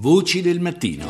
Voci del mattino.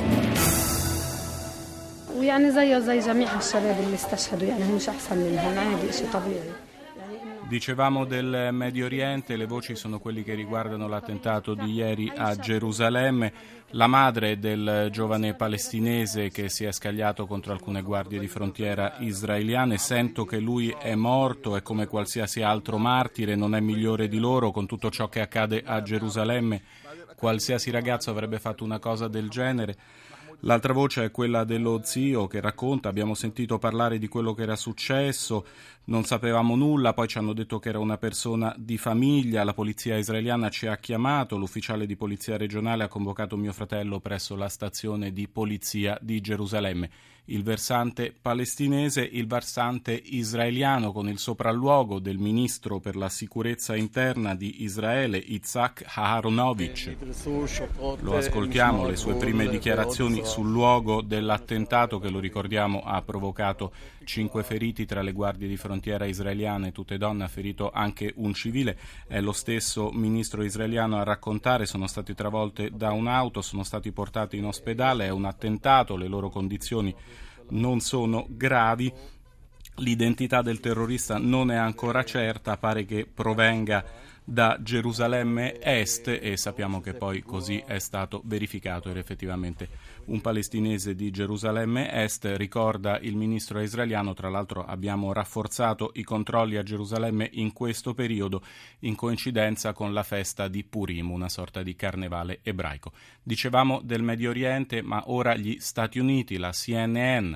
ويعني زيه زي جميع الشباب اللي استشهدوا يعني مش أحسن منهم عادي شيء طبيعي. Dicevamo del Medio Oriente, le voci sono quelli che riguardano l'attentato di ieri a Gerusalemme, la madre del giovane palestinese che si è scagliato contro alcune guardie di frontiera israeliane. Sento che lui è morto, è come qualsiasi altro martire, non è migliore di loro. Con tutto ciò che accade a Gerusalemme, qualsiasi ragazzo avrebbe fatto una cosa del genere. L'altra voce è quella dello zio che racconta: abbiamo sentito parlare di quello che era successo, non sapevamo nulla, poi ci hanno detto che era una persona di famiglia, la polizia israeliana ci ha chiamato, l'ufficiale di polizia regionale ha convocato mio fratello presso la stazione di polizia di Gerusalemme. Il versante palestinese, il versante israeliano con il sopralluogo del ministro per la sicurezza interna di Israele, Itzhak Aharonovich. Lo ascoltiamo, le sue prime dichiarazioni sul luogo dell'attentato che, lo ricordiamo, ha provocato 5 feriti tra le guardie di frontiera israeliane, tutte donne, ha ferito anche un civile. È lo stesso ministro israeliano a raccontare: sono stati travolte da un'auto, sono stati portati in ospedale, è un attentato, le loro condizioni non sono gravi, l'identità del terrorista non è ancora certa, pare che provenga da Gerusalemme Est e sappiamo che poi così è stato verificato, era effettivamente un palestinese di Gerusalemme Est, ricorda il ministro israeliano. Tra l'altro abbiamo rafforzato i controlli a Gerusalemme in questo periodo in coincidenza con la festa di Purim, una sorta di carnevale ebraico. Dicevamo del Medio Oriente, ma ora gli Stati Uniti, la CNN.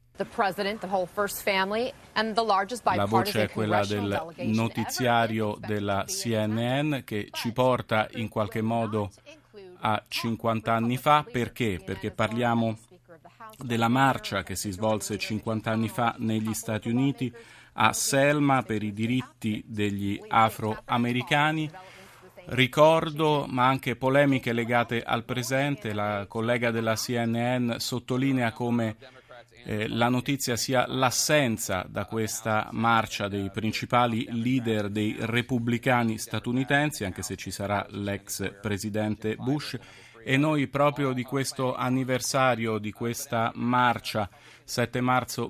La voce è quella del notiziario della CNN che ci porta in qualche modo a 50 anni fa. Perché? Perché parliamo della marcia che si svolse 50 anni fa negli Stati Uniti a Selma per i diritti degli afroamericani. Ricordo, ma anche polemiche legate al presente. La collega della CNN sottolinea come la notizia sia l'assenza da questa marcia dei principali leader dei repubblicani statunitensi, anche se ci sarà l'ex presidente Bush. E noi proprio di questo anniversario, di questa marcia, 7 marzo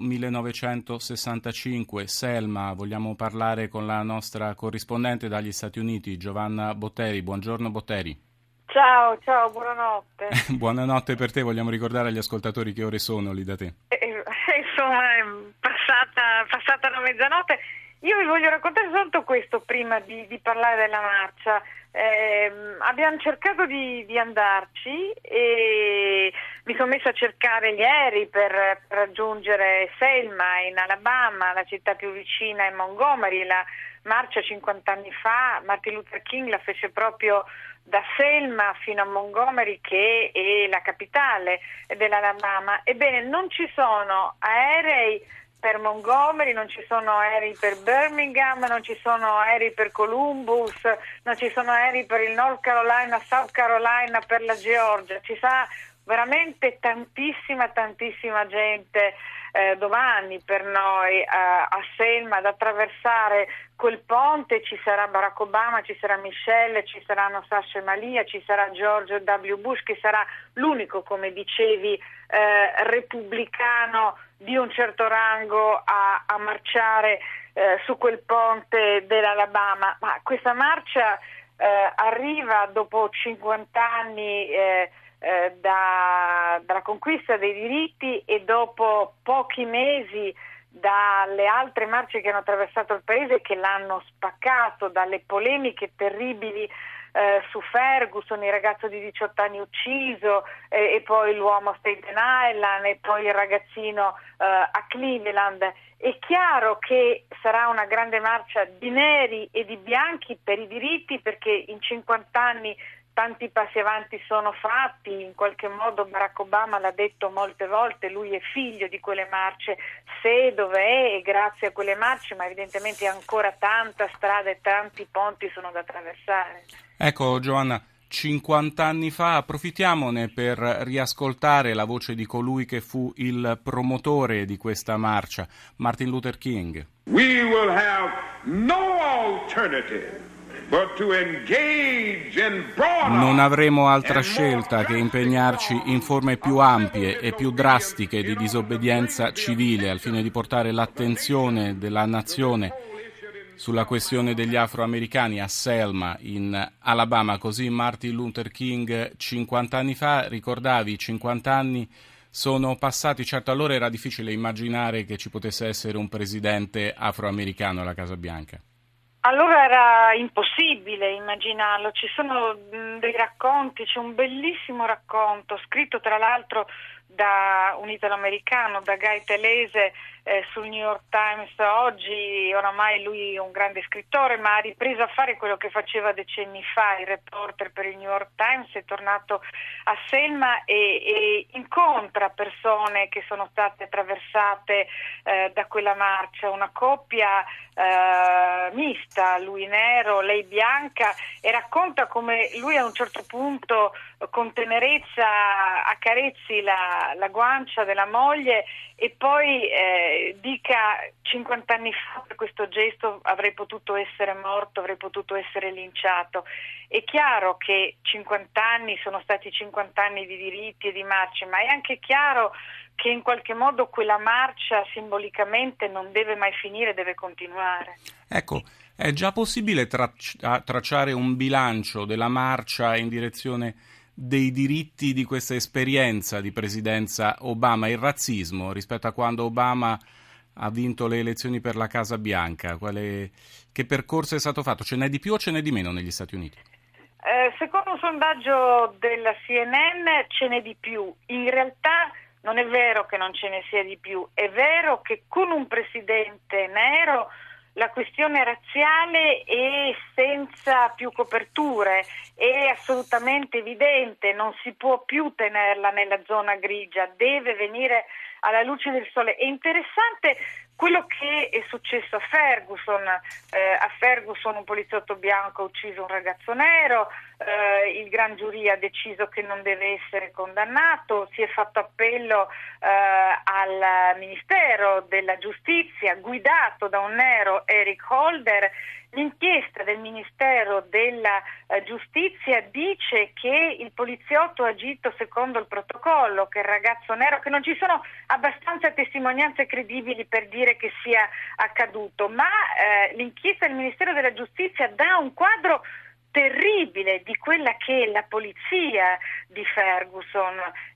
1965, Selma, vogliamo parlare con la nostra corrispondente dagli Stati Uniti, Giovanna Botteri. Buongiorno Botteri. Ciao, buonanotte. Buonanotte per te, vogliamo ricordare agli ascoltatori che ore sono lì da te. Insomma, è passata la mezzanotte. Io vi voglio raccontare soltanto questo prima di parlare della marcia. Abbiamo cercato di andarci e mi sono messa a cercare gli aerei per raggiungere Selma in Alabama, la città più vicina è Montgomery. La marcia 50 anni fa Martin Luther King la fece proprio da Selma fino a Montgomery, che è la capitale dell'Alabama. Ebbene, non ci sono aerei per Montgomery, non ci sono aerei per Birmingham, non ci sono aerei per Columbus, non ci sono aerei per il North Carolina, South Carolina, per la Georgia. Ci sarà veramente tantissima gente domani per noi a Selma ad attraversare quel ponte. Ci sarà Barack Obama, ci sarà Michelle, ci saranno Sasha e Malia, ci sarà George W. Bush, che sarà l'unico, come dicevi, repubblicano di un certo rango a marciare su quel ponte dell'Alabama. Ma questa marcia arriva dopo 50 anni dalla conquista dei diritti e dopo pochi mesi dalle altre marce che hanno attraversato il paese, che l'hanno spaccato, dalle polemiche terribili su Ferguson, il ragazzo di 18 anni ucciso, e poi l'uomo a Staten Island, e poi il ragazzino a Cleveland. È chiaro che sarà una grande marcia di neri e di bianchi per i diritti, perché in 50 anni tanti passi avanti sono fatti. In qualche modo Barack Obama l'ha detto molte volte, lui è figlio di quelle marce, sé dove è grazie a quelle marce, ma evidentemente ancora tanta strada e tanti ponti sono da attraversare. Ecco Giovanna, 50 anni fa, approfittiamone per riascoltare la voce di colui che fu il promotore di questa marcia, Martin Luther King. We will have no alternative Non avremo altra scelta che impegnarci in forme più ampie e più drastiche di disobbedienza civile al fine di portare l'attenzione della nazione sulla questione degli afroamericani a Selma, in Alabama. Così Martin Luther King 50 anni fa. Ricordavi, 50 anni sono passati. Certo, allora era difficile immaginare che ci potesse essere un presidente afroamericano alla Casa Bianca. Allora era impossibile immaginarlo, ci sono dei racconti, c'è un bellissimo racconto scritto tra l'altro da un italoamericano, da Guy Telese, sul New York Times oggi. Oramai lui è un grande scrittore, ma ha ripreso a fare quello che faceva decenni fa, il reporter per il New York Times. È tornato a Selma e incontra persone che sono state attraversate da quella marcia, una coppia mista, lui nero, lei bianca, e racconta come lui a un certo punto con tenerezza accarezzi la guancia della moglie e poi dica: 50 anni fa per questo gesto avrei potuto essere morto, avrei potuto essere linciato. È chiaro che 50 anni sono stati 50 anni di diritti e di marce, ma è anche chiaro che in qualche modo quella marcia simbolicamente non deve mai finire, deve continuare. Ecco, è già possibile tracciare un bilancio della marcia in direzione dei diritti di questa esperienza di presidenza Obama, il razzismo rispetto a quando Obama ha vinto le elezioni per la Casa Bianca? Che percorso è stato fatto? Ce n'è di più o ce n'è di meno negli Stati Uniti? Secondo un sondaggio della CNN ce n'è di più. In realtà non è vero che non ce ne sia di più, è vero che con un presidente nero la questione razziale è senza più coperture, è assolutamente evidente, non si può più tenerla nella zona grigia, deve venire alla luce del sole. È interessante quello che è successo a Ferguson. A Ferguson un poliziotto bianco ha ucciso un ragazzo nero, il gran giurì ha deciso che non deve essere condannato, si è fatto appello al Ministero della Giustizia guidato da un nero, Eric Holder. L'inchiesta del Ministero della Giustizia dice che il poliziotto ha agito secondo il protocollo, che il ragazzo nero, che non ci sono abbastanza testimonianze credibili per dire che sia accaduto, ma l'inchiesta del Ministero della Giustizia dà un quadro terribile di quella che è la polizia di Ferguson,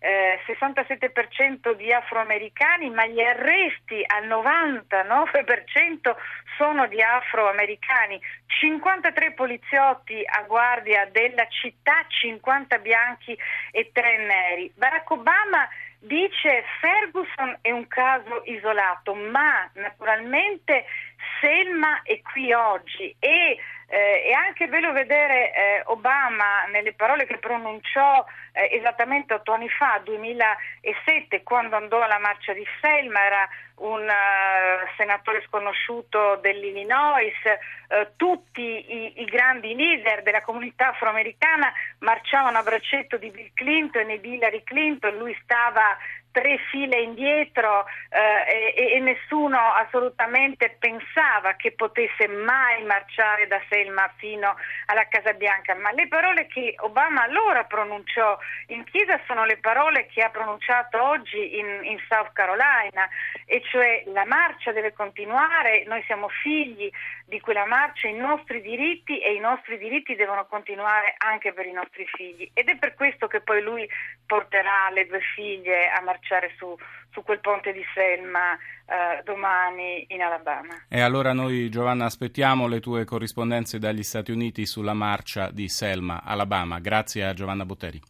67% di afroamericani, ma gli arresti al 99% sono di afroamericani, 53 poliziotti a guardia della città, 50 bianchi e 3 neri. Barack Obama dice Ferguson è un caso isolato, ma naturalmente Selma è qui oggi e è anche bello vedere Obama nelle parole che pronunciò esattamente 8 anni fa, 2007, quando andò alla marcia di Selma. Era un senatore sconosciuto dell'Illinois, tutti i grandi leader della comunità afroamericana marciavano a braccetto di Bill Clinton e di Hillary Clinton, lui stava 3 file indietro e nessuno assolutamente pensava che potesse mai marciare da Selma fino alla Casa Bianca, ma le parole che Obama allora pronunciò in chiesa sono le parole che ha pronunciato oggi in South Carolina, e cioè la marcia deve continuare, noi siamo figli di quella marcia, i nostri diritti e i nostri diritti devono continuare anche per i nostri figli, ed è per questo che poi lui porterà le 2 figlie a marciare su quel ponte di Selma domani in Alabama. E allora noi, Giovanna, aspettiamo le tue corrispondenze dagli Stati Uniti sulla marcia di Selma, Alabama. Grazie a Giovanna Botteri.